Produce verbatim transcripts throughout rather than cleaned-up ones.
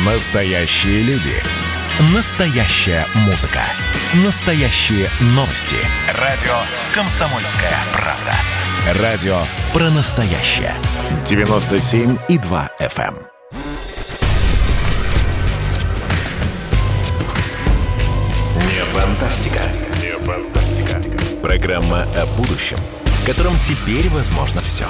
Настоящие люди. Настоящая музыка. Настоящие новости. Радио «Комсомольская правда». Радио про настоящее. девяносто семь и два эф эм. Не фантастика. Не фантастика. Программа о будущем, в котором теперь возможно все.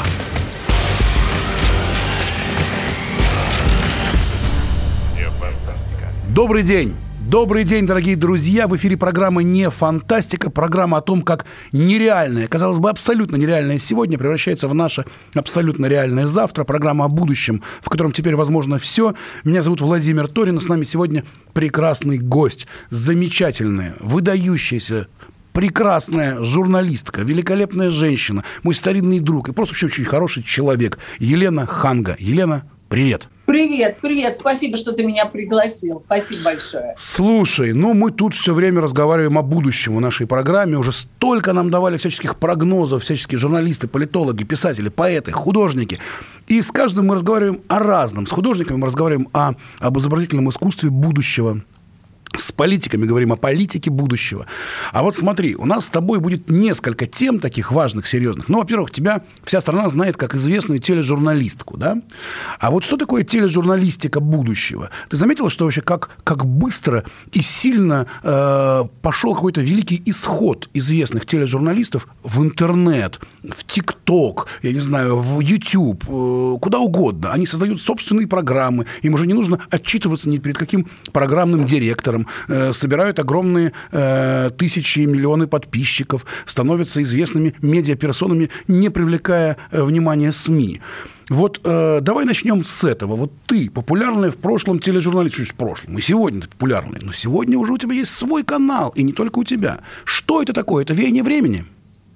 Добрый день! Добрый день, дорогие друзья! В эфире программа «Не фантастика», программа о том, как нереальное, казалось бы, абсолютно нереальное сегодня превращается в наше абсолютно реальное завтра. Программа о будущем, в котором теперь возможно все. Меня зовут Владимир Торин, и с нами сегодня прекрасный гость, замечательная, выдающаяся, прекрасная журналистка, великолепная женщина, мой старинный друг и просто вообще очень хороший человек Елена Ханга. Елена, привет! Привет, привет, спасибо, что ты меня пригласил. Спасибо большое. Слушай, ну мы тут все время разговариваем о будущем в нашей программе. Уже столько нам давали всяческих прогнозов, всяческие журналисты, политологи, писатели, поэты, художники. И с каждым мы разговариваем о разном. С художниками мы разговариваем о, об изобразительном искусстве будущего. С политиками говорим о политике будущего. А вот смотри, у нас с тобой будет несколько тем таких важных, серьезных. Ну, во-первых, тебя вся страна знает как известную тележурналистку, да? А вот что такое тележурналистика будущего? Ты заметила, что вообще как, как быстро и сильно э, пошел какой-то великий исход известных тележурналистов в интернет, в ТикТок, я не знаю, в YouTube, э, куда угодно. Они создают собственные программы. Им уже не нужно отчитываться ни перед каким программным директором. Собирают огромные э, тысячи и миллионы подписчиков, становятся известными медиаперсонами, не привлекая э, внимания СМИ. Вот э, давай начнем с этого. Вот ты популярная в прошлом тележурналист, в прошлом, и сегодня ты популярная, но сегодня уже у тебя есть свой канал, и не только у тебя. Что это такое? Это веяние времени?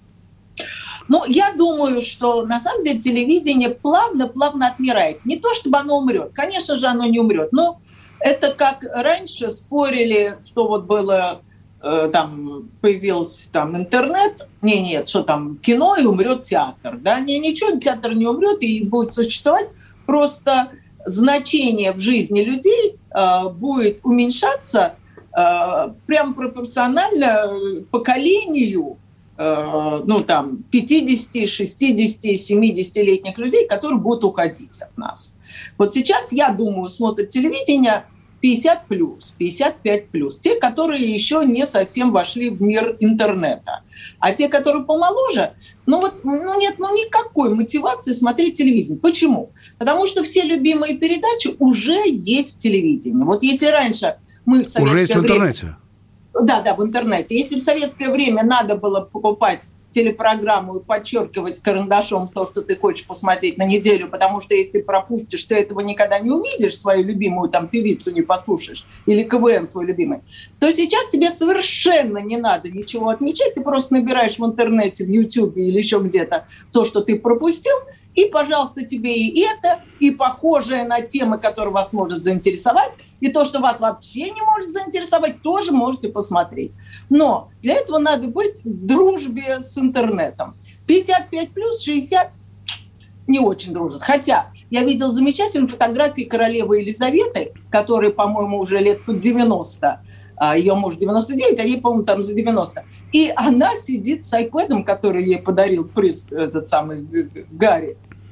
Ну, я думаю, что на самом деле телевидение плавно-плавно отмирает. Не то, чтобы оно умрет. Конечно же, оно не умрет, но это как раньше спорили, что вот было, э, там, появился там интернет, не, нет, что там, кино, и умрет театр, да, не, ничего, театр не умрет и будет существовать, просто значение в жизни людей э, будет уменьшаться э, прямо пропорционально поколению, э, ну, там, пятьдесят, шестьдесят, семидесятилетних людей, которые будут уходить от нас. Вот сейчас, я думаю, смотрят телевидение пятьдесят плюс, пятьдесят пять плюс. Те, которые еще не совсем вошли в мир интернета. А те, которые помоложе, ну вот, ну нет, ну никакой мотивации смотреть телевидение. Почему? Потому что все любимые передачи уже есть в телевидении. Вот если раньше мы в советское время... Уже есть в интернете? Да, да, в интернете. Если в советское время надо было покупать телепрограмму и подчеркивать карандашом то, что ты хочешь посмотреть на неделю, потому что если ты пропустишь, ты этого никогда не увидишь, свою любимую там певицу не послушаешь, или КВН свой любимый, то сейчас тебе совершенно не надо ничего отмечать, ты просто набираешь в интернете, в Ютубе или еще где-то то, что ты пропустил, и, пожалуйста, тебе и это, и похожее на темы, которые вас может заинтересовать, и то, что вас вообще не может заинтересовать, тоже можете посмотреть. Но для этого надо быть в дружбе с интернетом. пятьдесят пять плюс, шестьдесят не очень дружат. Хотя я видел замечательную фотографию королевы Елизаветы, которой, по-моему, уже лет под девяносто. Ее муж девяносто девять, а ей, по-моему, там за девяносто. И она сидит с айпэдом, который ей подарил приз, этот самый Гарри.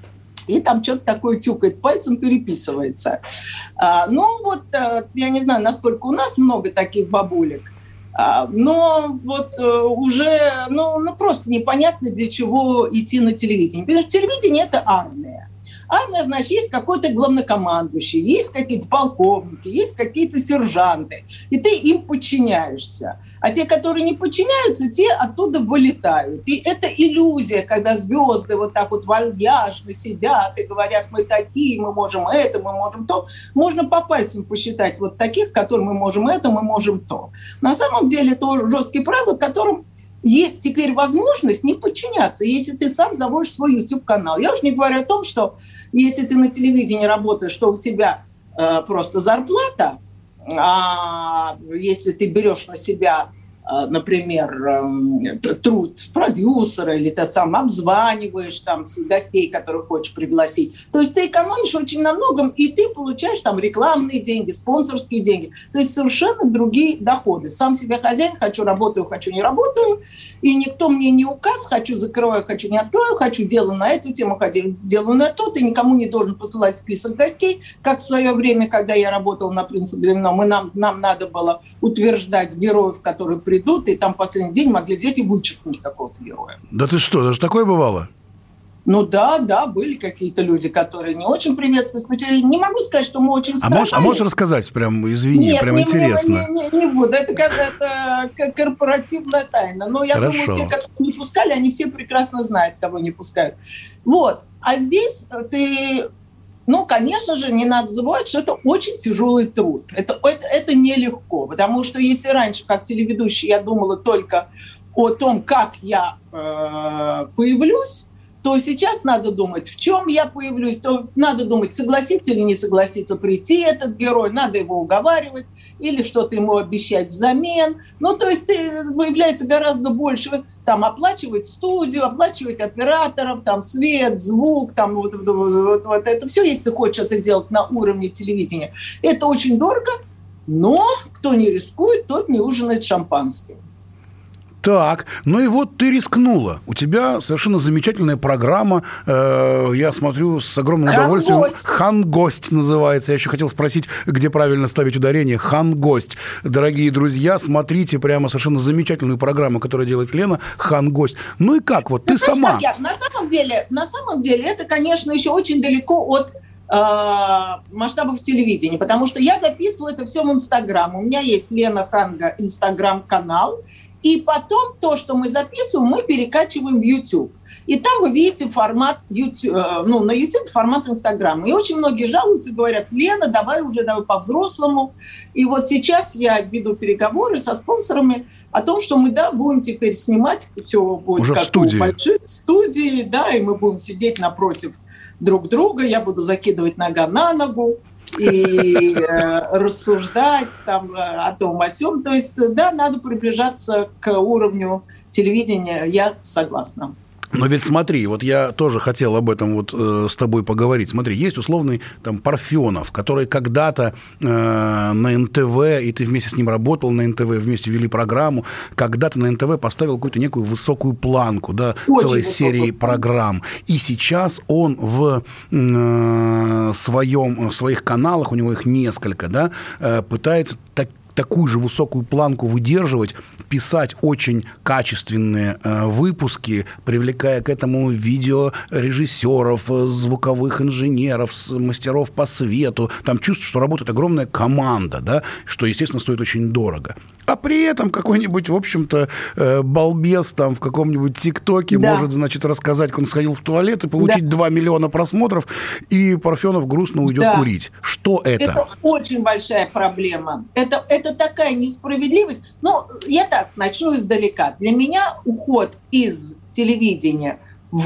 И там что-то такое тюкает пальцем, переписывается. А, ну вот, а, я не знаю, насколько у нас много таких бабулек, а, но вот а, уже, ну, ну просто непонятно, для чего идти на телевидение. Потому что телевидение – это армия. Армия, значит, есть какой-то главнокомандующий, есть какие-то полковники, есть какие-то сержанты, и ты им подчиняешься. А те, которые не подчиняются, те оттуда вылетают. И это иллюзия, когда звезды вот так вот вальяжно сидят и говорят, мы такие, мы можем это, мы можем то. Можно по пальцам посчитать вот таких, которые мы можем это, мы можем то. На самом деле это жесткие правила, которым есть теперь возможность не подчиняться, если ты сам заводишь свой YouTube-канал. Я уж не говорю о том, что если ты на телевидении работаешь, что у тебя э, просто зарплата, а если ты берешь на себя например, труд продюсера, или ты сам обзваниваешь там гостей, которых хочешь пригласить. То есть ты экономишь очень на многом, и ты получаешь там рекламные деньги, спонсорские деньги. То есть совершенно другие доходы. Сам себе хозяин, хочу работаю, хочу не работаю, и никто мне не указ, хочу закрываю, хочу не открою, хочу делаю на эту тему, хочу делаю на то, ты никому не должен посылать список гостей, как в свое время, когда я работала на «Принципе домино», мы, нам, нам надо было утверждать героев, которые придут, и там в последний день могли взять и вычеркнуть какого-то героя. Да ты что, даже такое бывало? Ну да, да, были какие-то люди, которые не очень приветствуют. Не могу сказать, что мы очень страдали. А можешь, а можешь рассказать, прям, извини, Нет, прям не, интересно. Нет, не, не, не буду, это, это корпоративная тайна. Но я Хорошо. думаю, те, которые не пускали, они все прекрасно знают, кого не пускают. Вот, а здесь ты... Ну, конечно же, не надо забывать, что это очень тяжелый труд. Это, это, это нелегко, потому что если раньше, как телеведущий, я думала только о том, как я э, появлюсь, то сейчас надо думать, в чем я появлюсь, то надо думать, согласится или не согласится прийти этот герой, надо его уговаривать или что-то ему обещать взамен. Ну, то есть выявляется гораздо больше, там, оплачивать студию, оплачивать операторов, там, свет, звук, там, вот, вот, вот, вот это все, если ты хочешь это делать на уровне телевидения. Это очень дорого, но кто не рискует, тот не ужинает шампанским. Так, ну и вот ты рискнула. У тебя совершенно замечательная программа. Э, я смотрю с огромным Хан-гость. удовольствием. «Хан-гость» называется. Я еще хотел спросить, где правильно ставить ударение. «Хан-гость». Дорогие друзья, смотрите прямо совершенно замечательную программу, которую делает Лена. «Хан-гость». Ну и как? Вот ты ну, сама... Как я? На самом деле, на самом деле, это, конечно, еще очень далеко от масштабов телевидения, потому что я записываю это все в Инстаграм. У меня есть Лена Ханга Инстаграм-канал, и потом то, что мы записываем, мы перекачиваем в YouTube. И там вы видите формат YouTube, ну, на YouTube формат Инстаграма. И очень многие жалуются и говорят: Лена, давай уже давай по-взрослому. И вот сейчас я веду переговоры со спонсорами о том, что мы, да, будем теперь снимать, все будет уже как в студии. у больших студий, да, и мы будем сидеть напротив друг друга, я буду закидывать нога на ногу и э, рассуждать там о том, о сём. То есть, да, надо приближаться к уровню телевидения, я согласна. Но ведь смотри, вот я тоже хотел об этом вот э, с тобой поговорить. Смотри, есть условный там Парфенов, который когда-то э, на эн тэ вэ, и ты вместе с ним работал на эн тэ вэ, вместе вели программу, когда-то на эн тэ вэ поставил какую-то некую высокую планку, да, целой серии программ. И сейчас он в, э, своем, в своих каналах, у него их несколько, да, э, пытается так, такую же высокую планку выдерживать, писать очень качественные э, выпуски, привлекая к этому видеорежиссеров, звуковых инженеров, мастеров по свету. Там чувствуешь, что работает огромная команда, да, что, естественно, стоит очень дорого. А при этом какой-нибудь, в общем-то, э, балбес там в каком-нибудь ТикТоке да. может, значит, рассказать, как он сходил в туалет и получить да. два миллиона просмотров, и Парфенов грустно уйдет да. курить. Что это? Это очень большая проблема. Это, это такая несправедливость. Ну, я так начну издалека. Для меня уход из телевидения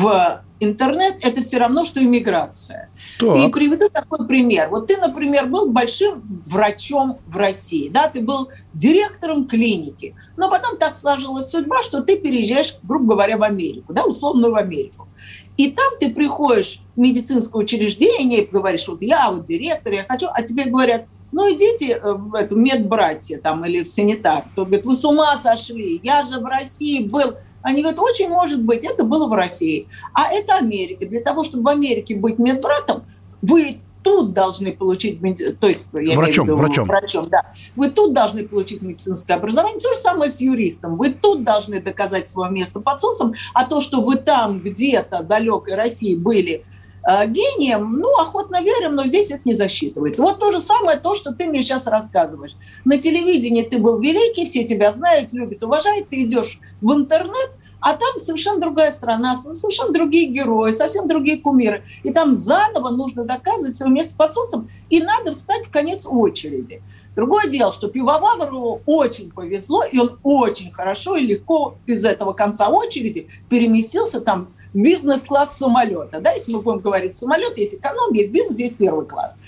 в интернет – это все равно, что иммиграция. Так. И приведу такой пример. Вот ты, например, был большим врачом в России, да, ты был директором клиники, но потом так сложилась судьба, что ты переезжаешь, грубо говоря, в Америку, да, условно в Америку. И там ты приходишь в медицинское учреждение и говоришь: вот я вот директор, я хочу, а тебе говорят: ну, идите в эту медбратье там, или в санитар. Кто говорит: вы с ума сошли, я же в России был. Они говорят: очень может быть, это было в России. А это Америка. Для того, чтобы в Америке быть медбратом, вы тут должны получить, то есть, я врачом, имею в виду, врачом. врачом, да. Вы тут должны получить медицинское образование. То же самое с юристом. Вы тут должны доказать свое место под солнцем. А то, что вы там где-то далекой России были э, гением, ну, охотно верим, но здесь это не засчитывается. Вот то же самое, то, что ты мне сейчас рассказываешь. На телевидении ты был великий, все тебя знают, любят, уважают. Ты идешь в интернет, а там совершенно другая страна, совершенно другие герои, совсем другие кумиры. И там заново нужно доказывать свое место под солнцем, и надо встать в конец очереди. Другое дело, что Пивоварову очень повезло, и он очень хорошо и легко из этого конца очереди переместился там в бизнес-класс самолета. Да, если мы будем говорить самолет, есть эконом, есть бизнес, есть первый класс.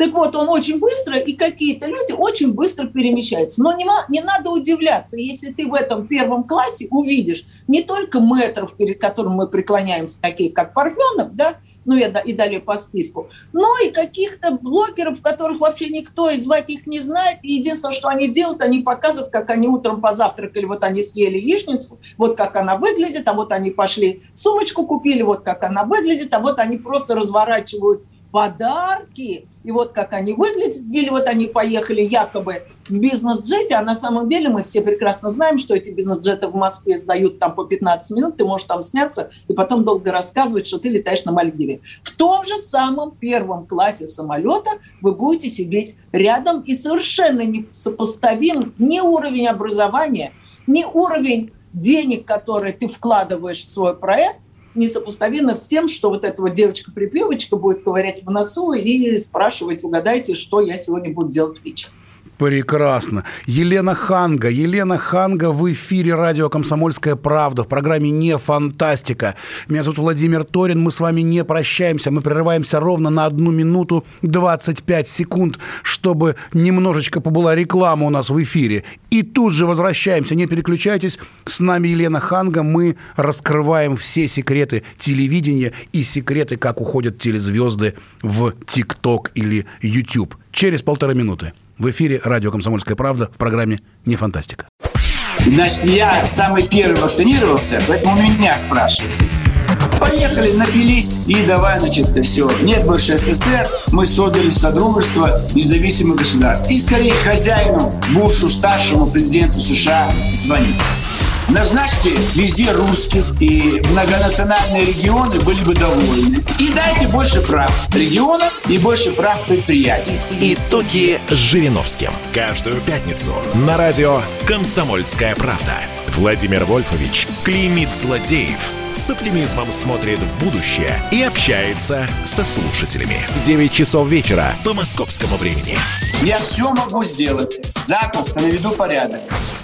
Так вот, он очень быстро, и какие-то люди очень быстро перемещаются. Но не, не надо удивляться, если ты в этом первом классе увидишь не только мэтров, перед которыми мы преклоняемся, такие как Парфенов, да, ну и, и далее по списку, но и каких-то блогеров, которых вообще никто, и звать их не знает. И единственное, что они делают, они показывают, как они утром позавтракали, вот они съели яичницу, вот как она выглядит, а вот они пошли сумочку купили, вот как она выглядит, а вот они просто разворачивают подарки, и вот как они выглядят, или вот они поехали якобы в бизнес-джете, а на самом деле мы все прекрасно знаем, что эти бизнес-джеты в Москве сдают там по пятнадцать минут, ты можешь там сняться и потом долго рассказывать, что ты летаешь на Мальдиве. В том же самом первом классе самолета вы будете сидеть рядом, и совершенно несопоставим ни уровень образования, ни уровень денег, которые ты вкладываешь в свой проект, несопоставимо с тем, что вот эта вот девочка-припевочка будет ковырять в носу и спрашивать, угадайте, что я сегодня буду делать вечером. Прекрасно. Елена Ханга. Елена Ханга в эфире радио «Комсомольская правда» в программе «Не фантастика». Меня зовут Владимир Торин. Мы с вами не прощаемся. Мы прерываемся ровно на одну минуту двадцать пять секунд, чтобы немножечко побыла реклама у нас в эфире. И тут же возвращаемся. Не переключайтесь. С нами Елена Ханга. Мы раскрываем все секреты телевидения и секреты, как уходят телезвезды в ТикТок или YouTube. Через полторы минуты. В эфире радио «Комсомольская правда» в программе «Не фантастика». Значит, я самый первый вакцинировался, поэтому меня спрашивают. Поехали, напились и давай, значит, все. Нет больше СССР, мы создали Содружество независимых государств. И скорее хозяину Бушу, старшему президенту США, звонить. Назначьте везде русских, и многонациональные регионы были бы довольны. И дайте больше прав регионам и больше прав предприятий. Итоги с Жириновским. Каждую пятницу на радио «Комсомольская правда». Владимир Вольфович клеймит злодеев, с оптимизмом смотрит в будущее и общается со слушателями. девять часов вечера по московскому времени. Я все могу сделать. Запросто наведу порядок.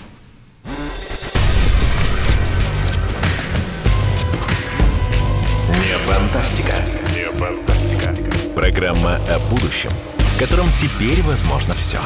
Не фантастика. Не фантастика. Программа о будущем, в котором теперь возможно все.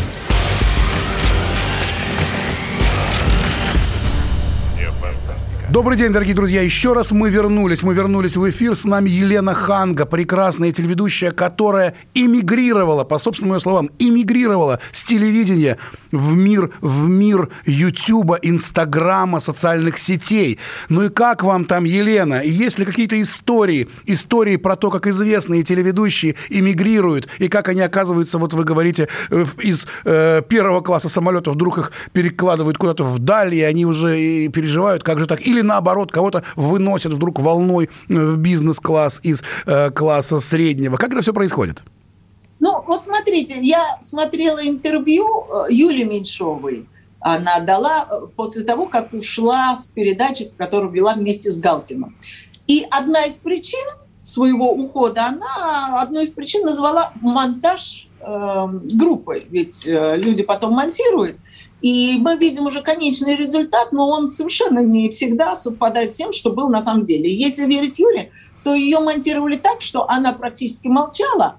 Добрый день, дорогие друзья. Еще раз мы вернулись. Мы вернулись в эфир. С нами Елена Ханга, прекрасная телеведущая, которая эмигрировала, по собственным ее словам, эмигрировала с телевидения в мир, в мир Ютуба, Инстаграма, социальных сетей. Ну и как вам там, Елена? И есть ли какие-то истории, истории про то, как известные телеведущие эмигрируют, и как они оказываются, вот вы говорите, из э, первого класса самолета вдруг их перекладывают куда-то вдаль, и они уже и переживают, как же так? Или наоборот, кого-то выносят вдруг волной в бизнес-класс из э, класса среднего. Как это все происходит? Ну, вот смотрите, я смотрела интервью Юли Меньшовой. Она дала после того, как ушла с передачи, которую вела вместе с Галкиным. И одна из причин своего ухода, она одну из причин назвала монтаж э, группы. Ведь э, люди потом монтируют. И мы видим уже конечный результат, но он совершенно не всегда совпадает с тем, что был на самом деле. И если верить Юле, то ее монтировали так, что она практически молчала,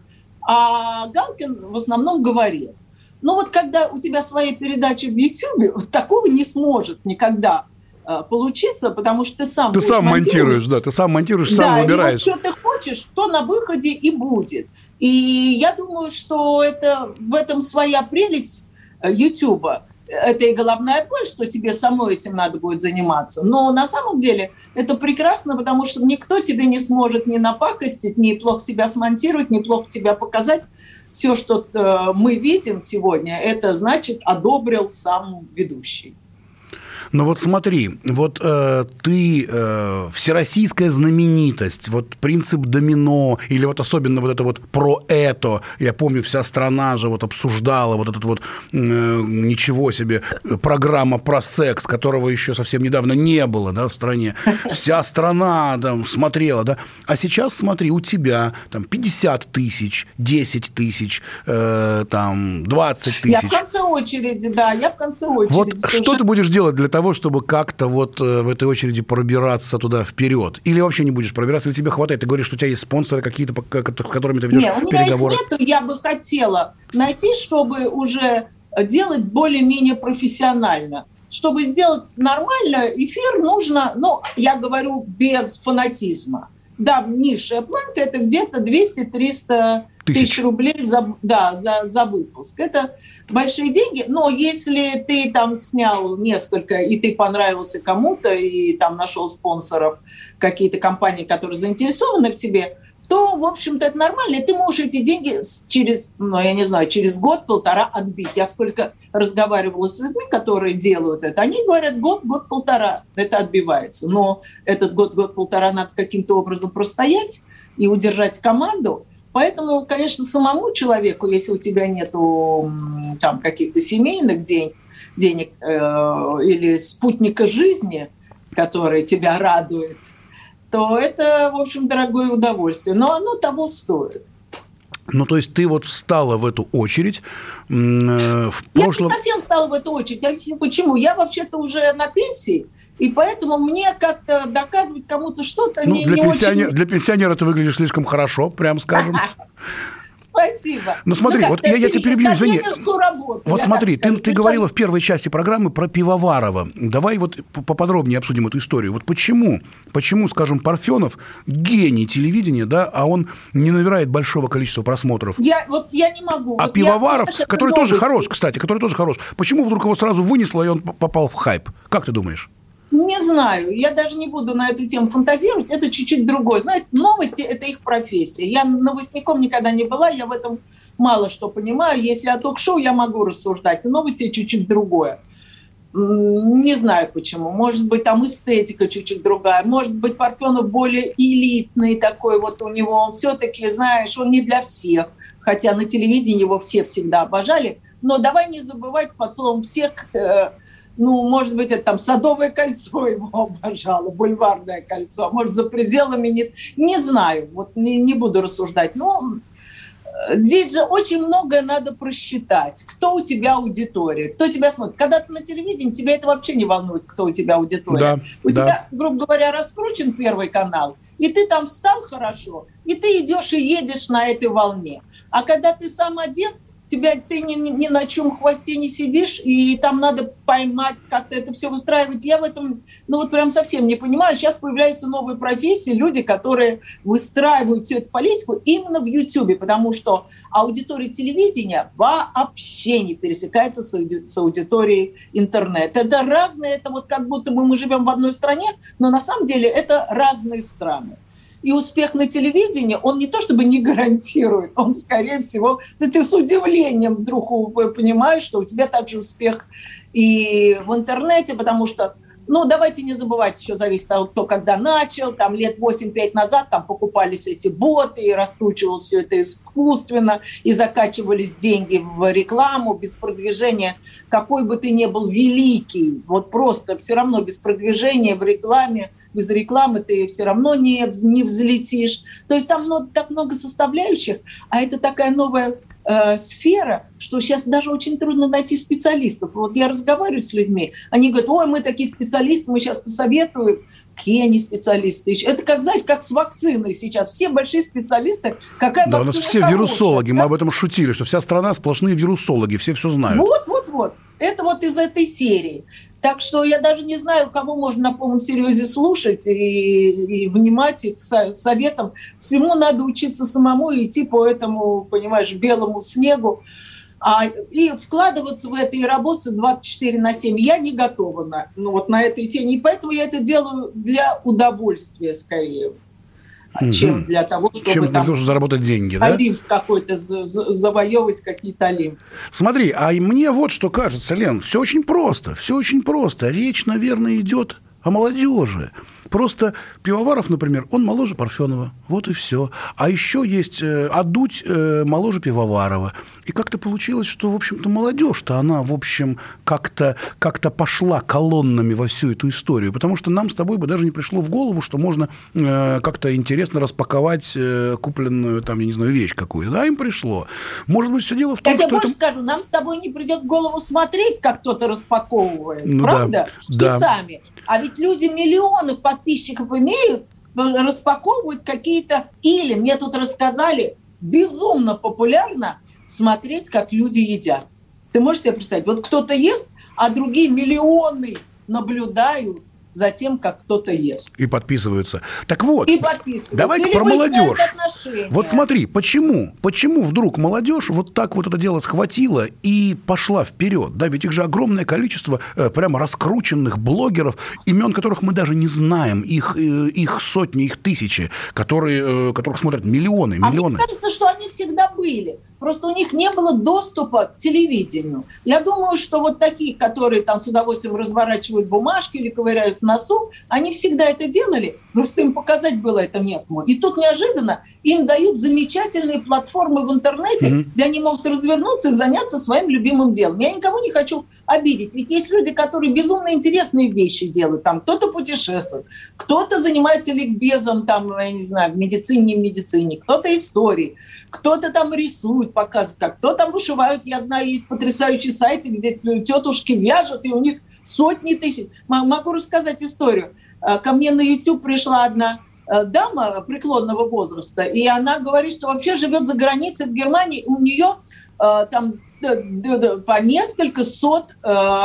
а Галкин в основном говорил. Но вот когда у тебя своя передача в Ютьюбе, такого не сможет никогда э, получиться, потому что ты сам Ты сам монтируешь, да, ты сам монтируешь, сам да, выбираешь. Да, и вот что ты хочешь, то на выходе и будет. И я думаю, что это, в этом своя прелесть Ютьюба. Это и головная боль, что тебе самой этим надо будет заниматься. Но на самом деле это прекрасно, потому что никто тебе не сможет ни напакостить, ни плохо тебя смонтировать, ни плохо тебя показать. Все, что э, мы видим сегодня, это значит одобрил сам ведущий. Ну вот смотри, вот э, ты э, всероссийская знаменитость, вот принцип домино, или вот особенно вот это вот про это, я помню, вся страна же вот обсуждала вот этот вот э, ничего себе, программа про секс, которого еще совсем недавно не было, да, в стране. Вся страна там смотрела, да. А сейчас, смотри, у тебя там пятьдесят тысяч, десять тысяч, э, там двадцать тысяч. Я в конце очереди, да, я в конце очереди. Вот совершенно... что ты будешь делать для того, чтобы как-то вот в этой очереди пробираться туда вперед? Или вообще не будешь пробираться, или тебе хватает? Ты говоришь, что у тебя есть спонсоры какие-то, с которыми ты ведешь Нет, у меня переговоры? их нету, я бы хотела найти, чтобы уже делать более-менее профессионально. Чтобы сделать нормально эфир, нужно, ну, я говорю, без фанатизма. Да, низшая планка – это где-то двести-триста тысяч рублей за, да, за, за выпуск. Это большие деньги, но если ты там снял несколько, и ты понравился кому-то, и там нашел спонсоров, какие-то компании, которые заинтересованы в тебе, то, в общем-то, это нормально. И ты можешь эти деньги через, ну, я не знаю, через год-полтора отбить. Я сколько разговаривала с людьми, которые делают это, они говорят, год, год-полтора это отбивается. Но этот год-год-полтора надо каким-то образом простоять и удержать команду. Поэтому, конечно, самому человеку, если у тебя нету там каких-то семейных день, денег э, или спутника жизни, который тебя радует, то это, в общем, дорогое удовольствие. Но оно того стоит. Ну, то есть ты вот встала в эту очередь э, в прошлом... Я не совсем встала в эту очередь. Я объясню, почему. Я вообще-то уже на пенсии, и поэтому мне как-то доказывать кому-то что-то ну, не, для не пенсионера, очень... Для пенсионера ты выглядишь слишком хорошо, прям скажем. Спасибо. Ну смотри, ну, вот я, я тебя перебью, извини. Работу, вот смотри, ты, ты говорила в первой части программы про Пивоварова. Давай вот поподробнее обсудим эту историю. Вот почему, почему, скажем, Парфенов гений телевидения, да, а он не набирает большого количества просмотров? Я, вот, я не могу. А вот Пивоваров, я, который тоже хорош, кстати, который тоже хорош, почему вдруг его сразу вынесло, и он попал в хайп? Как ты думаешь? Не знаю, я даже не буду на эту тему фантазировать, это чуть-чуть другое. Знаете, новости – это их профессия. Я новостником никогда не была, я в этом мало что понимаю. Если о ток-шоу, я могу рассуждать, но новости – чуть-чуть другое. Не знаю почему. Может быть, там эстетика чуть-чуть другая. Может быть, Парфенов более элитный такой вот у него. Он все-таки, знаешь, он не для всех. Хотя на телевидении его все всегда обожали. Но давай не забывать под словом «всех», ну, может быть, это там Садовое кольцо его обожало, Бульварное кольцо, а может, за пределами нет. Не знаю, вот не, не буду рассуждать. Но здесь же очень многое надо просчитать. Кто у тебя аудитория, кто тебя смотрит. Когда ты на телевидении, тебя это вообще не волнует, кто у тебя аудитория. Да, у да. тебя, грубо говоря, раскручен Первый канал, и ты там встал хорошо, и ты идешь и едешь на этой волне. А когда ты сам один, тебя, ты ни, ни, ни на чем хвосте не сидишь, и там надо поймать, как-то это все выстраивать. Я в этом, ну вот прям совсем не понимаю. Сейчас появляются новые профессии, люди, которые выстраивают всю эту политику именно в Ютьюбе, потому что аудитория телевидения вообще не пересекается с, ауди- с аудиторией интернета. Это разные, это вот как будто бы мы живем в одной стране, но на самом деле это разные страны. И успех на телевидении, он не то чтобы не гарантирует, он, скорее всего, ты, ты с удивлением вдруг понимаешь, что у тебя также успех и в интернете, потому что, ну, давайте не забывать, еще зависит от того, кто когда начал, там лет восемь-пять назад там покупались эти боты, и раскручивалось все это искусственно, и закачивались деньги в рекламу, без продвижения, какой бы ты ни был великий, вот просто все равно без продвижения в рекламе, без рекламы ты все равно не, не взлетишь. То есть там ну, так много составляющих, а это такая новая э, сфера, что сейчас даже очень трудно найти специалистов. Вот я разговариваю с людьми, они говорят, ой, мы такие специалисты, мы сейчас посоветуем. Какие они специалисты? Это как, знаете, как с вакциной сейчас. Все большие специалисты. Какая да, вакцина? У нас все хорошая, вирусологи, да? Мы об этом шутили, что вся страна сплошные вирусологи, все все знают. Вот, вот, вот. Это вот из этой серии. Так что я даже не знаю, кого можно на полном серьезе слушать и, и внимать их советам. Всему надо учиться самому и идти по этому, понимаешь, белому снегу. А, и вкладываться в это и работать двадцать четыре на семь я не готова на, ну, вот на этой теме. И поэтому я это делаю для удовольствия скорее, mm-hmm. чем для того, чтобы чем там, для того, чтобы заработать деньги, да? Олимп какой-то, завоевывать какие-то олимпы. Смотри, а мне вот что кажется, Лен, все очень просто, все очень просто. Речь, наверное, идет о молодежи. Просто Пивоваров, например, он моложе Парфенова. Вот и все. А еще есть э, а Дудь э, моложе Пивоварова. И как-то получилось, что, в общем-то, молодежь-то, она, в общем, как-то, как-то пошла колоннами во всю эту историю. Потому что нам с тобой бы даже не пришло в голову, что можно э, как-то интересно распаковать э, купленную, там, я не знаю, вещь какую-то. Да, им пришло. Может быть, все дело в том, я что... Я тебе больше это... скажу, нам с тобой не придет в голову смотреть, как кто-то распаковывает. Ну, правда? Да, И да. сами. А ведь люди миллионы подписчиков имеют, распаковывают какие-то... Или, мне тут рассказали, безумно популярно смотреть, как люди едят. Ты можешь себе представить? Вот кто-то ест, а другие миллионы наблюдают за тем, как кто-то ест. И подписываются. Так вот, и подписываются. Давайте Или про молодежь. Отношения. Вот смотри, почему? Почему вдруг молодежь вот так вот это дело схватила и пошла вперед? Да, ведь их же огромное количество э, прямо раскрученных блогеров, имен которых мы даже не знаем, их, э, их сотни, их тысячи, которые, э, которых смотрят миллионы, миллионы. А мне кажется, что они всегда были. Просто у них не было доступа к телевидению. Я думаю, что вот такие, которые там с удовольствием разворачивают бумажки или ковыряют в носу, они всегда это делали, просто им показать было это некому. И тут неожиданно им дают замечательные платформы в интернете, mm-hmm. где они могут развернуться и заняться своим любимым делом. Я никого не хочу обидеть, ведь есть люди, которые безумно интересные вещи делают. Там кто-то путешествует, кто-то занимается ликбезом, там, я не знаю, в медицине, не в медицине, кто-то историей. Кто-то там рисует, показывает, как кто там вышивают. Я знаю, есть потрясающие сайты, где тетушки вяжут, и у них сотни тысяч. Могу рассказать историю. Ко мне на YouTube пришла одна дама преклонного возраста, и она говорит, что вообще живет за границей в Германии. У нее там по несколько сот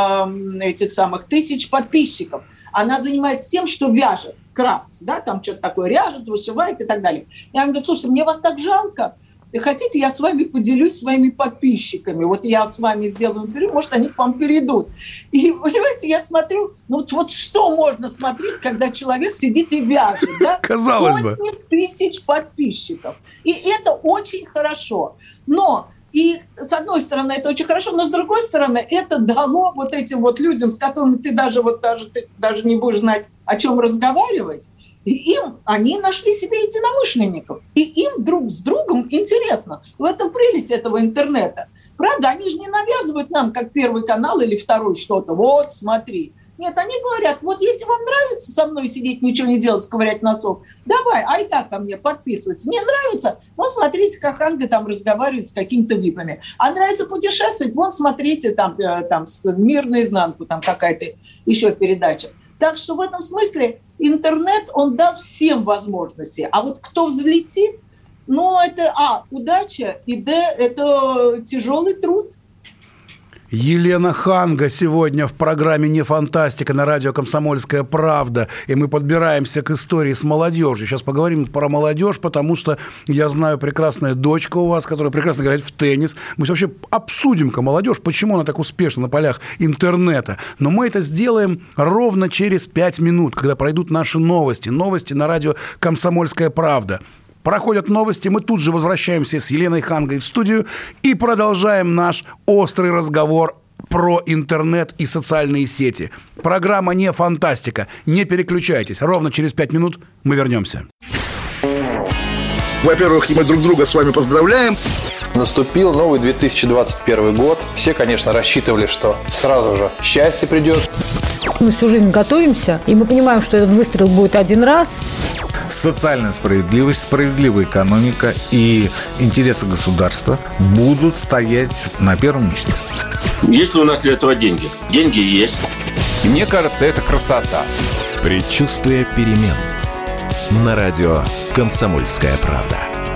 этих самых тысяч подписчиков. Она занимается тем, что вяжет, крафтс, да, там что-то такое ряжет, вышивает и так далее. И она говорит, слушай, мне вас так жалко. Хотите, я с вами поделюсь своими подписчиками? Вот я с вами сделаю интервью, может, они к вам перейдут. И, понимаете, я смотрю, ну вот, вот что можно смотреть, когда человек сидит и вяжет, да? Казалось бы. Сотни тысяч подписчиков. И это очень хорошо. Но, и с одной стороны, это очень хорошо, но с другой стороны, это дало вот этим вот людям, с которыми ты даже, вот даже, ты даже не будешь знать, о чем разговаривать, и им, они нашли себе единомышленников. И им друг с другом интересно. В этом прелесть этого интернета. Правда, они же не навязывают нам, как Первый канал или Второй, что-то. Вот, смотри. Нет, они говорят, вот если вам нравится со мной сидеть, ничего не делать, ковырять носок, давай, ай так ко мне подписываться. Не нравится? Вот смотрите, как Анга там разговаривает с какими-то випами. А нравится путешествовать? Вот смотрите, там, там «Мир наизнанку», там какая-то еще передача. Так что в этом смысле интернет, он дал всем возможности. А вот кто взлетит, ну, это, а, удача, и, б, это тяжелый труд. Елена Ханга сегодня в программе «Не фантастика» на радио «Комсомольская правда». И мы подбираемся к истории с молодежью. Сейчас поговорим про молодежь, потому что я знаю, прекрасная дочка у вас, которая прекрасно играет в теннис. Мы вообще обсудим-ка молодежь, почему она так успешна на полях интернета. Но мы это сделаем ровно через пять минут, когда пройдут наши новости. Новости на радио «Комсомольская правда». Проходят новости, мы тут же возвращаемся с Еленой Хангой в студию и продолжаем наш острый разговор про интернет и социальные сети. Программа «Не фантастика». Не переключайтесь. Ровно через пять минут мы вернемся. Во-первых, мы друг друга с вами поздравляем. Наступил новый две тысячи двадцать первый год. Все, конечно, рассчитывали, что сразу же счастье придет. Мы всю жизнь готовимся, и мы понимаем, что этот выстрел будет один раз. Социальная справедливость, справедливая экономика и интересы государства будут стоять на первом месте. Есть ли у нас для этого деньги? Деньги есть. Мне кажется, это красота. Предчувствие перемен. На радио «Комсомольская правда».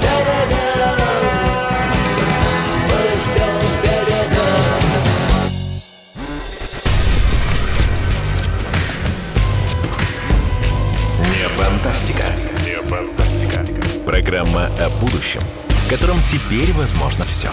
Не фантастика. Не фантастика. Программа о будущем, в котором теперь возможно все.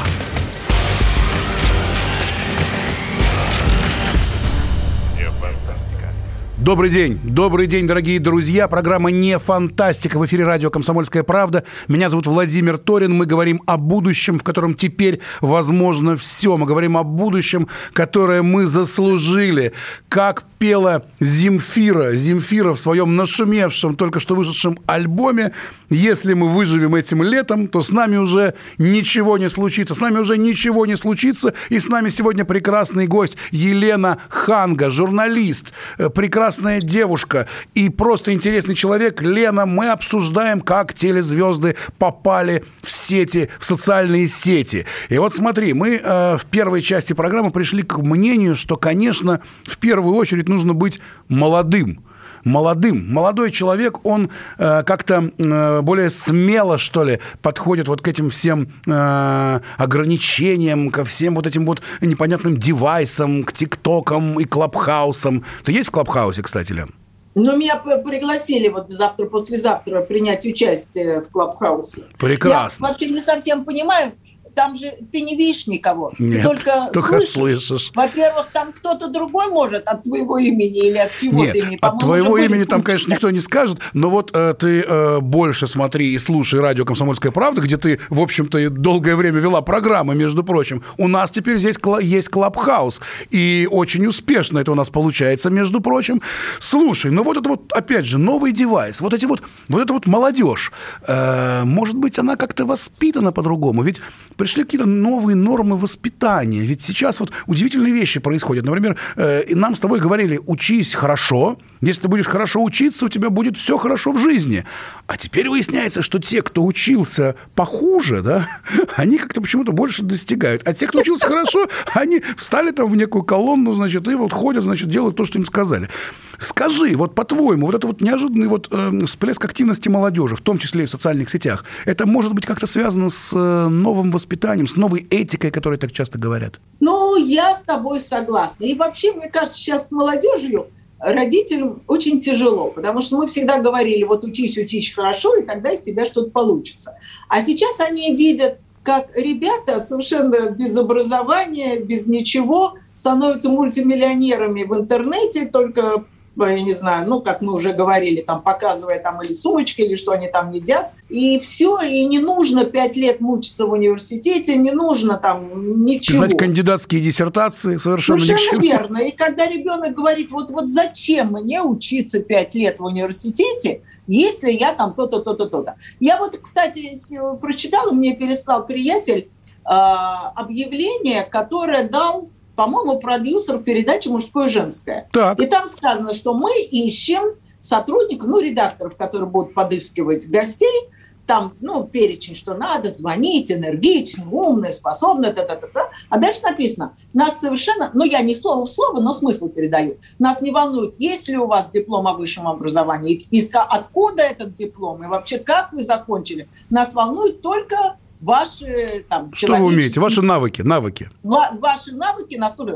Добрый день. Добрый день, дорогие друзья. Программа «Не фантастика». В эфире радио «Комсомольская правда». Меня зовут Владимир Торин. Мы говорим о будущем, в котором теперь возможно все. Мы говорим о будущем, которое мы заслужили. Как пела Земфира. Земфира в своем нашумевшем, только что вышедшем альбоме. Если мы выживем этим летом, то с нами уже ничего не случится. С нами уже ничего не случится. И с нами сегодня прекрасный гость Елена Ханга, журналист, прекрасный девушка и просто интересный человек. Лена, мы обсуждаем, как телезвезды попали в сети, в социальные сети. И вот смотри, мы э, в первой части программы пришли к мнению, что, конечно, в первую очередь нужно быть молодым. Молодым. Молодой человек, он э, как-то э, более смело, что ли, подходит вот к этим всем э, ограничениям, ко всем вот этим вот непонятным девайсам, к ТикТокам и Клабхаусам. Ты есть в Клабхаусе, кстати, Лен? Ну, меня пригласили вот завтра-послезавтра принять участие в Клабхаусе. Прекрасно. Я вообще не совсем понимаю, там же ты не видишь никого. Нет, ты только, только слышишь. слышишь. Во-первых, там кто-то другой может от твоего имени или от чего-то Нет, имени. От твоего имени там, конечно, никто не скажет, но вот э, ты э, больше смотри и слушай радио «Комсомольская правда», где ты, в общем-то, долгое время вела программы, между прочим. У нас теперь здесь есть Клабхаус, и очень успешно это у нас получается, между прочим. Слушай, ну вот это вот, опять же, новый девайс, вот эти вот, вот эта вот молодежь, э, может быть, она как-то воспитана по-другому, ведь пришли какие-то новые нормы воспитания. Ведь сейчас вот удивительные вещи происходят. Например, э, нам с тобой говорили, учись хорошо. Если ты будешь хорошо учиться, у тебя будет все хорошо в жизни. А теперь выясняется, что те, кто учился похуже, да, они как-то почему-то больше достигают. А те, кто учился хорошо, они встали там в некую колонну, значит, и вот ходят, значит, делают то, что им сказали. Скажи, вот по-твоему, вот это вот неожиданный вот э, всплеск активности молодежи, в том числе и в социальных сетях, это может быть как-то связано с э, новым воспитанием, с новой этикой, о которой так часто говорят? Ну, я с тобой согласна. И вообще, мне кажется, сейчас с молодежью родителям очень тяжело, потому что мы всегда говорили, вот учись, учись хорошо, и тогда из тебя что-то получится. А сейчас они видят, как ребята совершенно без образования, без ничего, становятся мультимиллионерами в интернете, только, я не знаю, ну, как мы уже говорили, там, показывая там или сумочки, или что они там едят, и все, и не нужно пять лет мучиться в университете, не нужно там ничего. Писать кандидатские диссертации совершенно ничего. Совершенно верно. И когда ребенок говорит, вот, вот зачем мне учиться пять лет в университете, если я там то-то, то-то, то-то. Я вот, кстати, прочитала, мне переслал приятель э, объявление, которое дал, по-моему, продюсер передачи «Мужское и женское». Так. И там сказано, что мы ищем сотрудников, ну, редакторов, которые будут подыскивать гостей. Там, ну, перечень, что надо, звонить, энергичный, умный, способный, та-та-та-та. А дальше написано, нас совершенно, ну, я не слово в слово, но смысл передаю. Нас не волнует, есть ли у вас диплом о высшем образовании, и откуда этот диплом, и вообще как вы закончили. Нас волнует только ваши там, что вы умеете? Ваши навыки, навыки. Ваши навыки, насколько...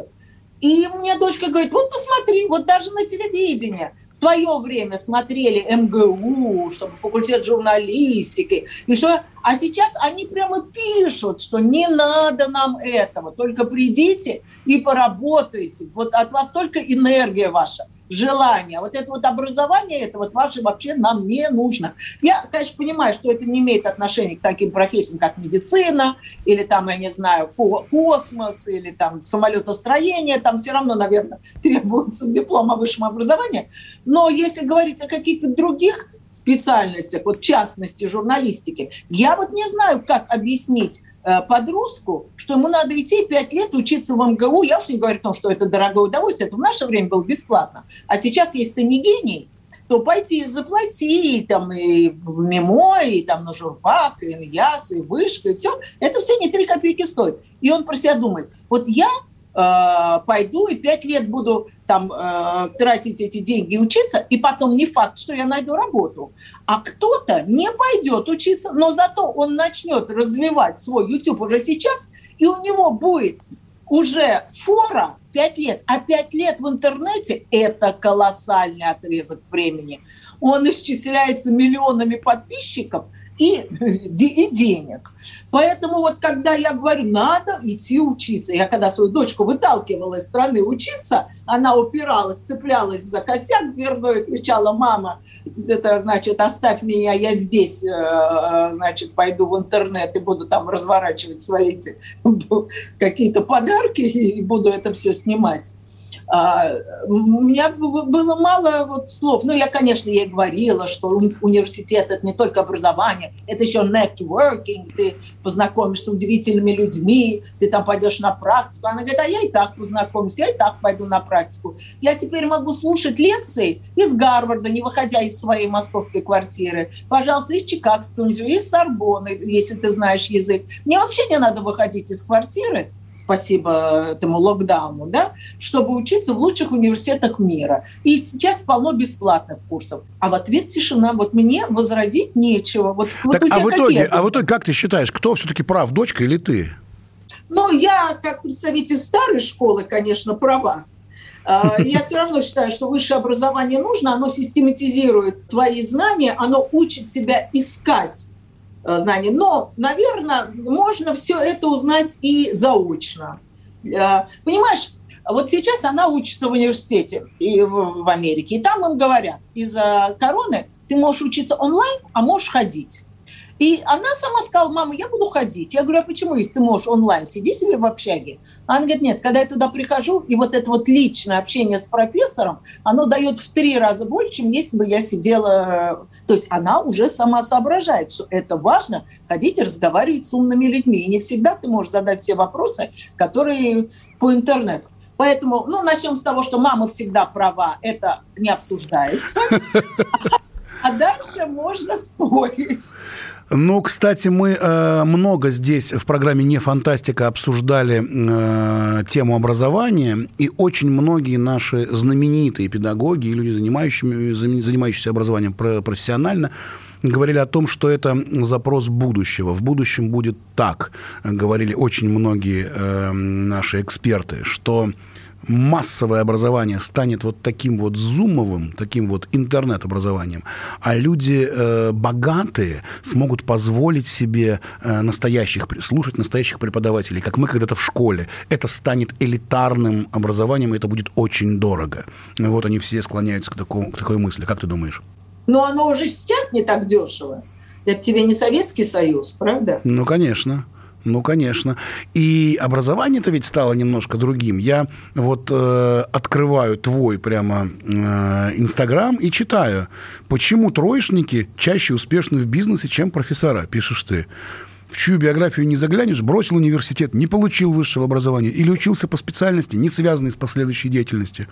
И мне дочка говорит, вот посмотри, вот даже на телевидении в твое время смотрели эм гэ у, чтобы факультет журналистики, и что... а сейчас они прямо пишут, что не надо нам этого, только придите и поработайте, вот от вас только энергия ваша. Желание. Вот это вот образование, это вот ваше вообще нам не нужно. Я, конечно, понимаю, что это не имеет отношения к таким профессиям, как медицина, или там, я не знаю, космос, или там самолетостроение, там все равно, наверное, требуется диплом о высшем образовании. Но если говорить о каких-то других специальностях, вот в частности журналистики, я вот не знаю, как объяснить подростку, что ему надо идти пять лет учиться в эм гэ у. Я уж не говорю о том, что это дорогое удовольствие. Это в наше время было бесплатно. А сейчас, если ты не гений, то пойти и заплати, и, там, и в МИМО, и там, на журфак, и ИНЯС, и вышка, и все. Это все не три копейки стоит. И он про себя думает, вот я э, пойду и пять лет буду там, э, тратить эти деньги и учиться, и потом не факт, что я найду работу. А кто-то не пойдет учиться, но зато он начнет развивать свой YouTube уже сейчас, и у него будет уже фора пять лет. А пять лет в интернете – это колоссальный отрезок времени. Он исчисляется миллионами подписчиков. и, и денег. Поэтому вот когда я говорю, надо идти учиться, я когда свою дочку выталкивала из страны учиться, она упиралась, цеплялась за косяк дверной и кричала: мама, это значит, оставь меня, я здесь, значит, пойду в интернет и буду там разворачивать свои эти какие-то подарки и буду это все снимать. У меня было мало вот слов. Ну, я, конечно, ей говорила, что университет – это не только образование, это еще networking, ты познакомишься с удивительными людьми, ты там пойдешь на практику. Она говорит: а я и так познакомлюсь, я и так пойду на практику. Я теперь могу слушать лекции из Гарварда, не выходя из своей московской квартиры. Пожалуйста, из Чикагского университета, из Сорбонны, если ты знаешь язык. Мне вообще не надо выходить из квартиры, спасибо этому локдауну, да, чтобы учиться в лучших университетах мира. И сейчас полно бесплатных курсов. А в ответ тишина. Вот мне возразить нечего. Вот, так, вот у тебя а, в итоге, какие? а в итоге, как ты считаешь, кто все-таки прав, дочка или ты? Ну, я, как представитель старой школы, конечно, права. Я все равно считаю, что высшее образование нужно, оно систематизирует твои знания, оно учит тебя искать знаний. Но, наверное, можно все это узнать и заочно. Понимаешь, вот сейчас она учится в университете и в Америке, и там им говорят: из-за короны ты можешь учиться онлайн, а можешь ходить. И она сама сказала: мама, я буду ходить. Я говорю: а почему, если ты можешь онлайн, сиди себе в общаге? Она говорит: нет, когда я туда прихожу, и вот это вот личное общение с профессором, оно дает в три раза больше, чем если бы я сидела... То есть она уже сама соображает, что это важно, ходить и разговаривать с умными людьми. И не всегда ты можешь задать все вопросы, которые по интернету. Поэтому, ну, начнем с того, что мама всегда права, это не обсуждается. А дальше можно спорить. Ну, кстати, мы э, много здесь в программе «Не фантастика» обсуждали э, тему образования, и очень многие наши знаменитые педагоги и люди, занимающие, занимающиеся образованием профессионально, говорили о том, что это запрос будущего. В будущем будет так, говорили очень многие э, наши эксперты, что массовое образование станет вот таким вот зумовым, таким вот интернет-образованием, а люди э, богатые смогут позволить себе э, настоящих, слушать настоящих преподавателей, как мы когда-то в школе. Это станет элитарным образованием, и это будет очень дорого. И вот они все склоняются к, такому, к такой мысли. Как ты думаешь? Но оно уже сейчас не так дешево. Это тебе не Советский Союз, правда? Ну, конечно. Ну, конечно. И образование-то ведь стало немножко другим. Я вот э, открываю твой прямо Инстаграм э, и читаю, почему троечники чаще успешны в бизнесе, чем профессора, пишешь ты. В чью биографию не заглянешь, бросил университет, не получил высшего образования или учился по специальности, не связанной с последующей деятельностью.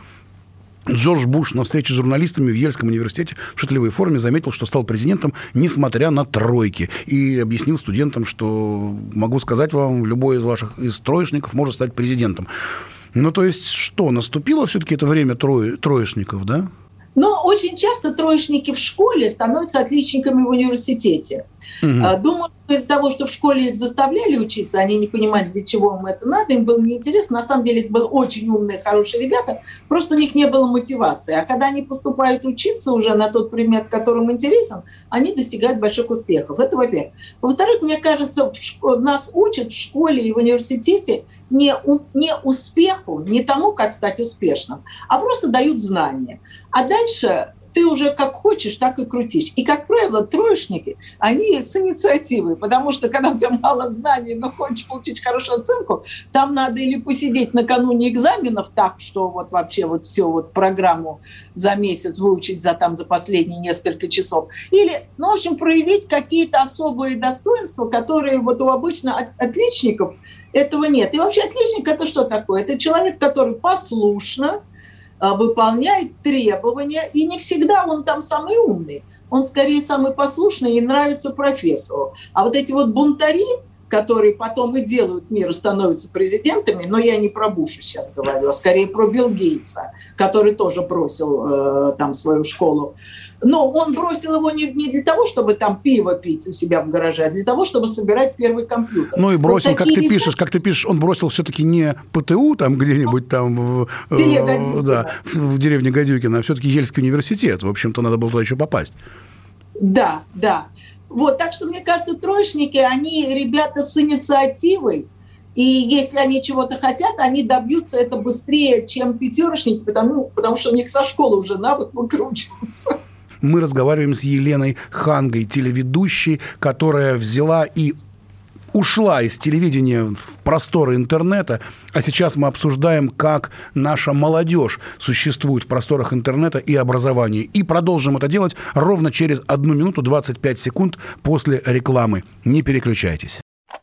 Джордж Буш на встрече с журналистами в Ельском университете в шутливой форме заметил, что стал президентом, несмотря на тройки. И объяснил студентам, что могу сказать вам, любой из ваших из троечников может стать президентом. Ну, то есть, что, наступило все-таки это время трое, троечников, да? Но очень часто троечники в школе становятся отличниками в университете. Угу. Думаю, из-за того, что в школе их заставляли учиться, они не понимали, для чего им это надо, им было неинтересно. На самом деле это были очень умные, хорошие ребята, просто у них не было мотивации. А когда они поступают учиться уже на тот предмет, которым интересен, они достигают больших успехов. Это во-первых. Во-вторых, мне кажется, нас учат в школе и в университете не, у, не успеху, не тому, как стать успешным, а просто дают знания. А дальше ты уже как хочешь, так и крутишь. И, как правило, троечники, они с инициативой, потому что, когда у тебя мало знаний, но хочешь получить хорошую оценку, там надо или посидеть накануне экзаменов так, что вот вообще вот всю вот программу за месяц выучить за, там, за последние несколько часов, или, ну, в общем, проявить какие-то особые достоинства, которые вот у обычно от, отличников этого нет. И вообще отличник – это что такое? Это человек, который послушно выполняет требования, и не всегда он там самый умный. Он скорее самый послушный и нравится профессору. А вот эти вот бунтари, которые потом и делают мир, и становятся президентами, но я не про Буша сейчас говорю, а скорее про Билл Гейтса, который тоже бросил э, там свою школу. Но он бросил его не, не для того, чтобы там пиво пить у себя в гараже, а для того, чтобы собирать первый компьютер. Ну и бросил, вот как ты ребята... пишешь, как ты пишешь, он бросил все-таки не ПТУ там где-нибудь там в, в, да, в деревне Гадюкино, а все-таки Ельский университет. В общем-то, надо было туда еще попасть. Да, да. Вот, так что, мне кажется, троечники, они ребята с инициативой, и если они чего-то хотят, они добьются это быстрее, чем пятерочники, потому, потому что у них со школы уже навык выкручиваться. Мы разговариваем с Еленой Хангой, телеведущей, которая взяла и ушла из телевидения в просторы интернета, а сейчас мы обсуждаем, как наша молодежь существует в просторах интернета и образования. И продолжим это делать ровно через одну минуту двадцать пять секунд после рекламы. Не переключайтесь.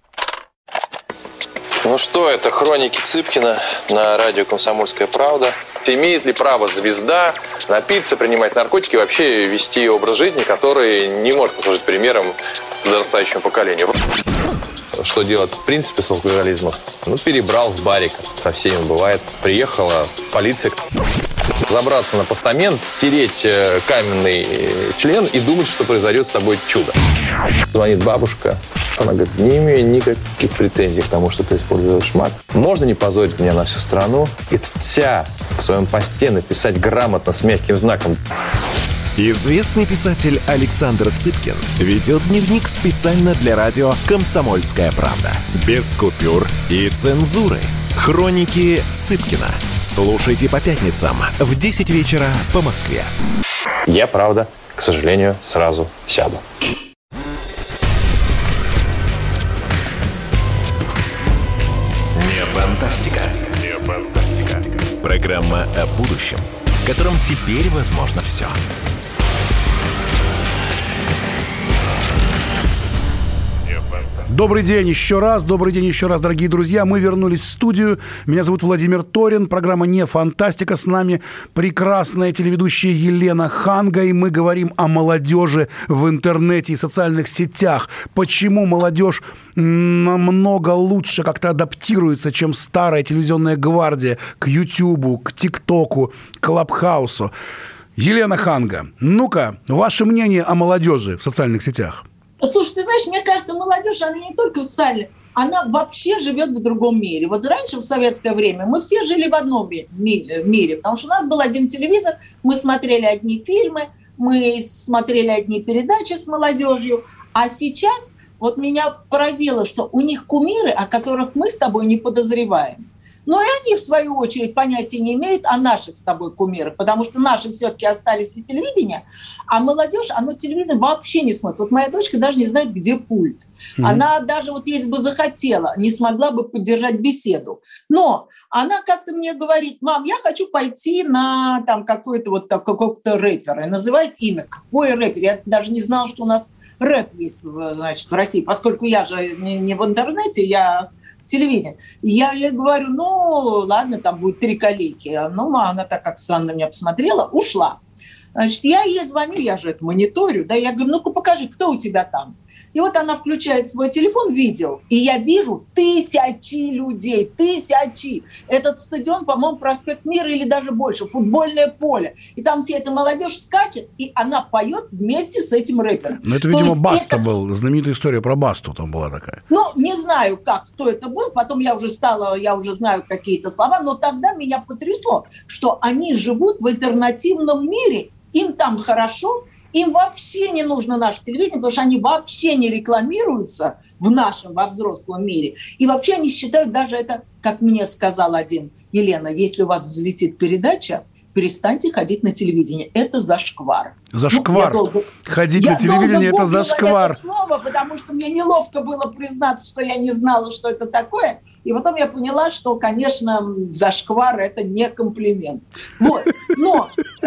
Ну что, это хроники Цыпкина на радио «Комсомольская правда». Имеет ли право звезда напиться, принимать наркотики и вообще вести образ жизни, который не может послужить примером подрастающему поколению? Что делать в принципе с алкоголизмом? Ну, перебрал в барик. Со всеми бывает. Приехала полиция. Забраться на постамент, тереть каменный член и думать, что произойдет с тобой чудо. Звонит бабушка. Она говорит, не имею никаких претензий к тому, что ты используешь мат. Можно не позорить меня на всю страну и вся в своем посте написать грамотно с мягким знаком. Известный писатель Александр Цыпкин ведет дневник специально для радио «Комсомольская правда». Без купюр и цензуры. Хроники Цыпкина. Слушайте по пятницам в десять вечера по Москве. Я, правда, к сожалению, сразу сяду. Не фантастика. Не фантастика. Программа о будущем, в котором теперь возможно все. Добрый день еще раз, добрый день еще раз, дорогие друзья. Мы вернулись в студию. Меня зовут Владимир Торин. Программа «Не фантастика». С нами прекрасная телеведущая Елена Ханга. И мы говорим о молодежи в интернете и социальных сетях. Почему молодежь намного лучше как-то адаптируется, чем старая телевизионная гвардия к Ютубу, к ТикТоку, к Клабхаусу. Елена Ханга, ну-ка, ваше мнение о молодежи в социальных сетях? Слушай, ты знаешь, мне кажется, молодежь, она не только в социальной, она вообще живет в другом мире. Вот раньше, в советское время, мы все жили в одном мире, потому что у нас был один телевизор, мы смотрели одни фильмы, мы смотрели одни передачи с молодежью, а сейчас вот меня поразило, что у них кумиры, о которых мы с тобой не подозреваем. Но и они, в свою очередь, понятия не имеют о наших с тобой кумирах, потому что наши все-таки остались из телевидения, а молодежь, она телевизор вообще не смотрит. Вот моя дочка даже не знает, где пульт. Mm-hmm. Она даже, вот если бы захотела, не смогла бы поддержать беседу. Но она как-то мне говорит, мам, я хочу пойти на там, какой-то вот так, какого-то рэпера. И называет имя. Какой рэпер? Я даже не знала, что у нас рэп есть, значит, в России, поскольку я же не, не в интернете, я... телевидение. Я ей говорю, ну, ладно, там будет три коллеги. Ну, она так как странно на меня посмотрела, ушла. Значит, я ей звоню, я же это мониторю, да, я говорю, ну-ка покажи, кто у тебя там. И вот она включает свой телефон, видео, и я вижу тысячи людей, тысячи. Этот стадион, по-моему, проспект Мира или даже больше, футбольное поле. И там вся эта молодежь скачет, и она поет вместе с этим рэпером. Ну, это, видимо, Баста это... был, знаменитая история про Басту там была такая. Ну, не знаю, как, кто это был, потом я уже стала, я уже знаю какие-то слова, но тогда меня потрясло, что они живут в альтернативном мире, им там хорошо, им вообще не нужно наше телевидение, потому что они вообще не рекламируются в нашем, во взрослом мире. И вообще они считают даже это, как мне сказал один, Елена, если у вас взлетит передача, перестаньте ходить на телевидение. Это зашквар. Зашквар. Ну, долго... Ходить я на телевидение – это зашквар. Это слово, потому что мне неловко было признаться, что я не знала, что это такое. И потом я поняла, что, конечно, зашквар – это не комплимент. Вот. Но э,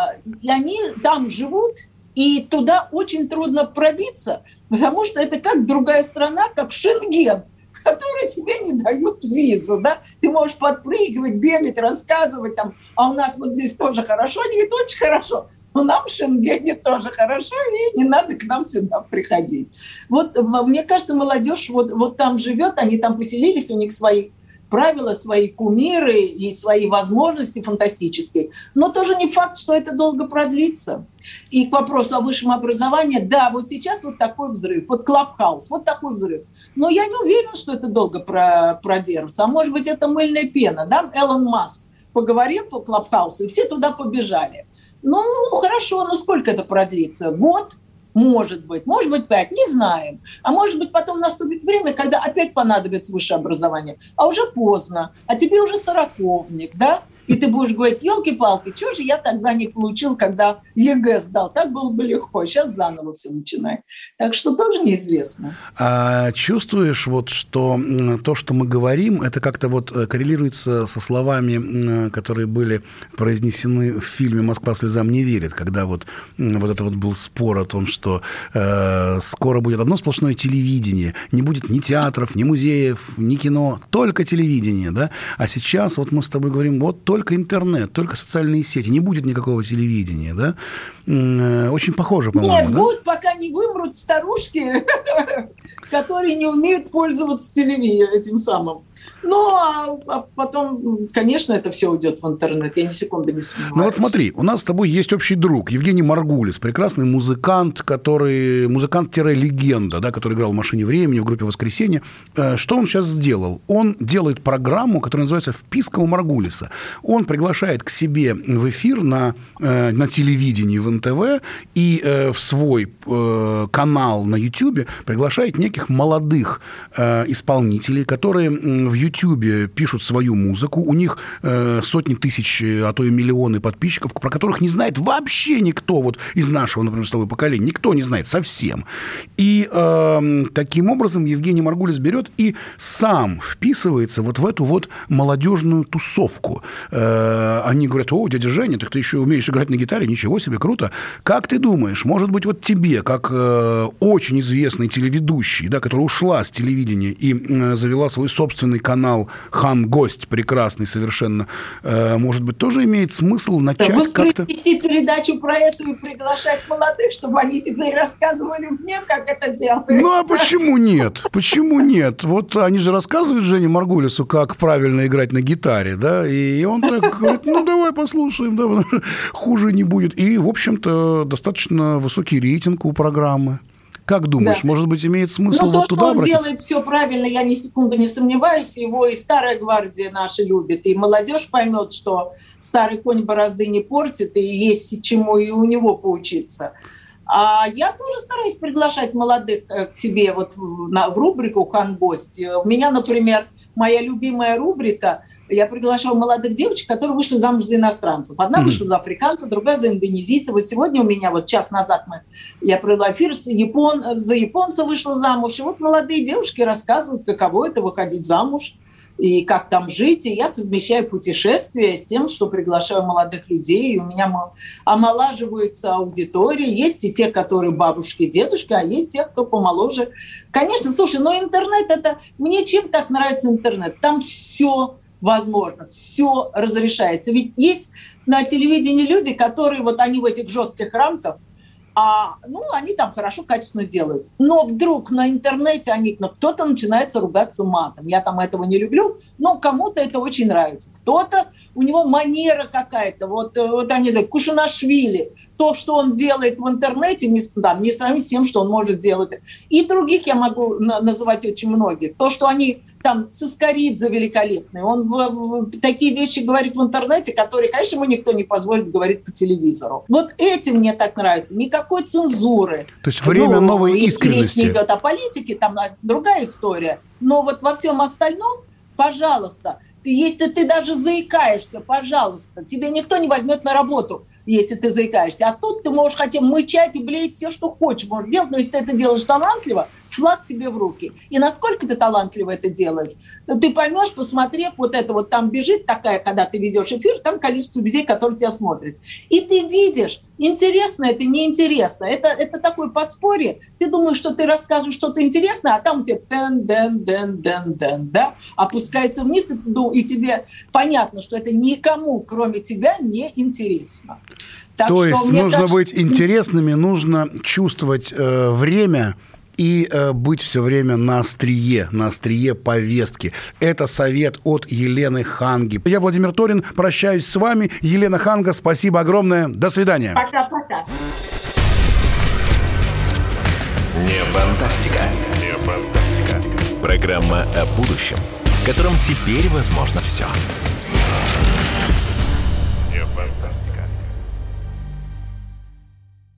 они там живут, и туда очень трудно пробиться, потому что это как другая страна, как Шенген, которые тебе не дают визу, да? Ты можешь подпрыгивать, бегать, рассказывать, там, а у нас вот здесь тоже хорошо, они говорят, очень хорошо, но нам в Шенгене тоже хорошо, и не надо к нам сюда приходить. Вот, мне кажется, молодежь вот, вот там живет, они там поселились, у них свои правила, свои кумиры и свои возможности фантастические. Но тоже не факт, что это долго продлится. И к вопросу о высшем образовании, да, вот сейчас вот такой взрыв, вот Клабхаус, вот такой взрыв. Но я не уверена, что это долго продержится. А может быть, это мыльная пена, да? Элон Маск поговорил по Клабхаусу, и все туда побежали. Ну, хорошо, но сколько это продлится? Год? Может быть, может быть, пять, не знаем. А может быть, потом наступит время, когда опять понадобится высшее образование. А уже поздно, а тебе уже сороковник, да? И ты будешь говорить, елки-палки, чего же я тогда не получил, когда ЕГЭ сдал? Так было бы легко. Сейчас заново все начинает. Так что тоже неизвестно. А чувствуешь, вот, что то, что мы говорим, это как-то вот коррелируется со словами, которые были произнесены в фильме «Москва слезам не верит», когда вот, вот это вот был спор о том, что э, скоро будет одно сплошное телевидение, не будет ни театров, ни музеев, ни кино, только телевидение, да? А сейчас вот мы с тобой говорим, вот только интернет, только социальные сети, не будет никакого телевидения, да? Очень похоже, по-моему, Нет, да? будут, пока не вымрут старушки, которые не умеют пользоваться телевизором этим самым. Ну, а, а потом, конечно, это все уйдет в интернет, я ни секунды не сомневаюсь. Ну вот смотри, у нас с тобой есть общий друг Евгений Маргулис, прекрасный музыкант, который музыкант-легенда, да, который играл в «Машине времени», в группе «Воскресенье». Что он сейчас сделал? Он делает программу, которая называется «Вписка у Маргулиса». Он приглашает к себе в эфир на, на телевидении в эн тэ вэ и в свой канал на Ютьюбе приглашает неких молодых исполнителей, которые в Ютьюбе пишут свою музыку, у них э, сотни тысяч, а то и миллионы подписчиков, про которых не знает вообще никто вот из нашего, например, с тобой поколения, никто не знает совсем. И э, таким образом Евгений Маргулис берет и сам вписывается вот в эту вот молодежную тусовку. Э, они говорят, о, дядя Женя, так ты еще умеешь играть на гитаре, ничего себе, круто. Как ты думаешь, может быть, вот тебе, как э, очень известный телеведущий, да, которая ушла с телевидения и э, завела свой собственный канал «Хан Гость», прекрасный совершенно, э, может быть, тоже имеет смысл начать да, как-то... Воспроизвести передачу про это и приглашать молодых, чтобы они теперь рассказывали мне, как это делается. Ну, а почему нет? Почему нет? Вот они же рассказывают Жене Маргулису, как правильно играть на гитаре, да, и он так говорит, ну, давай послушаем, да, хуже не будет. И, в общем-то, достаточно высокий рейтинг у программы. Как думаешь, да. может быть, имеет смысл ну, вот то, туда что он обратиться? делает все правильно, я ни секунды не сомневаюсь. Его и старая гвардия наша любит, и молодежь поймет, что старый конь борозды не портит, и есть чему и у него поучиться. А я тоже стараюсь приглашать молодых к себе вот в, на, в рубрику «Хан Гость». У меня, например, моя любимая рубрика – я приглашала молодых девочек, которые вышли замуж за иностранцев. Одна mm-hmm. вышла за африканца, другая за индонезийца. Вот сегодня у меня, вот час назад мы, я провела эфир, с япон, за японца вышла замуж. И вот молодые девушки рассказывают, каково это выходить замуж и как там жить. И я совмещаю путешествия с тем, что приглашаю молодых людей. И у меня омолаживается аудитория. Есть и те, которые бабушки, дедушки, а есть те, кто помоложе. Конечно, слушай, но интернет это... Мне чем так нравится интернет? Там все... возможно, все разрешается. Ведь есть на телевидении люди, которые вот они в этих жестких рамках, а, ну, они там хорошо, качественно делают. Но вдруг на интернете они, ну, кто-то начинается ругаться матом. Я там этого не люблю, но кому-то это очень нравится. Кто-то, у него манера какая-то, вот, вот они знают, Кушанашвили, то, что он делает в интернете, не, да, не сравнить с тем, что он может делать. И других я могу на- называть очень многих. То, что они там, Соскоридзе великолепный, он в, в, такие вещи говорит в интернете, которые, конечно, ему никто не позволит говорить по телевизору. Вот этим мне так нравится. Никакой цензуры. То есть время ну, новой искренности. Если речь не идет о политике, там другая история. Но вот во всем остальном, пожалуйста, ты, если ты даже заикаешься, пожалуйста, тебе никто не возьмет на работу, если ты заикаешься. А тут ты можешь хотя бы мычать и блеять все, что хочешь, можешь делать, но если ты это делаешь талантливо, флаг тебе в руки. И насколько ты талантливо это делаешь, ты поймешь, посмотрев, вот это вот там бежит такая, когда ты ведешь эфир, там количество людей, которые тебя смотрят. И ты видишь, интересно это, неинтересно. Это, это такое подспорье. Ты думаешь, что ты расскажешь что-то интересное, а там у тебя дэн-дэн-дэн-дэн-дэн, да, опускается вниз, и, ну, и тебе понятно, что это никому, кроме тебя, не интересно. Так То что, есть нужно кажется... быть интересными, нужно чувствовать э, время и э, быть все время на острие, на острие повестки. Это совет от Елены Ханги. Я, Владимир Торин, прощаюсь с вами. Елена Ханга, спасибо огромное. До свидания. Пока-пока. Не фантастика. Не фантастика. Программа о будущем, в котором теперь возможно все.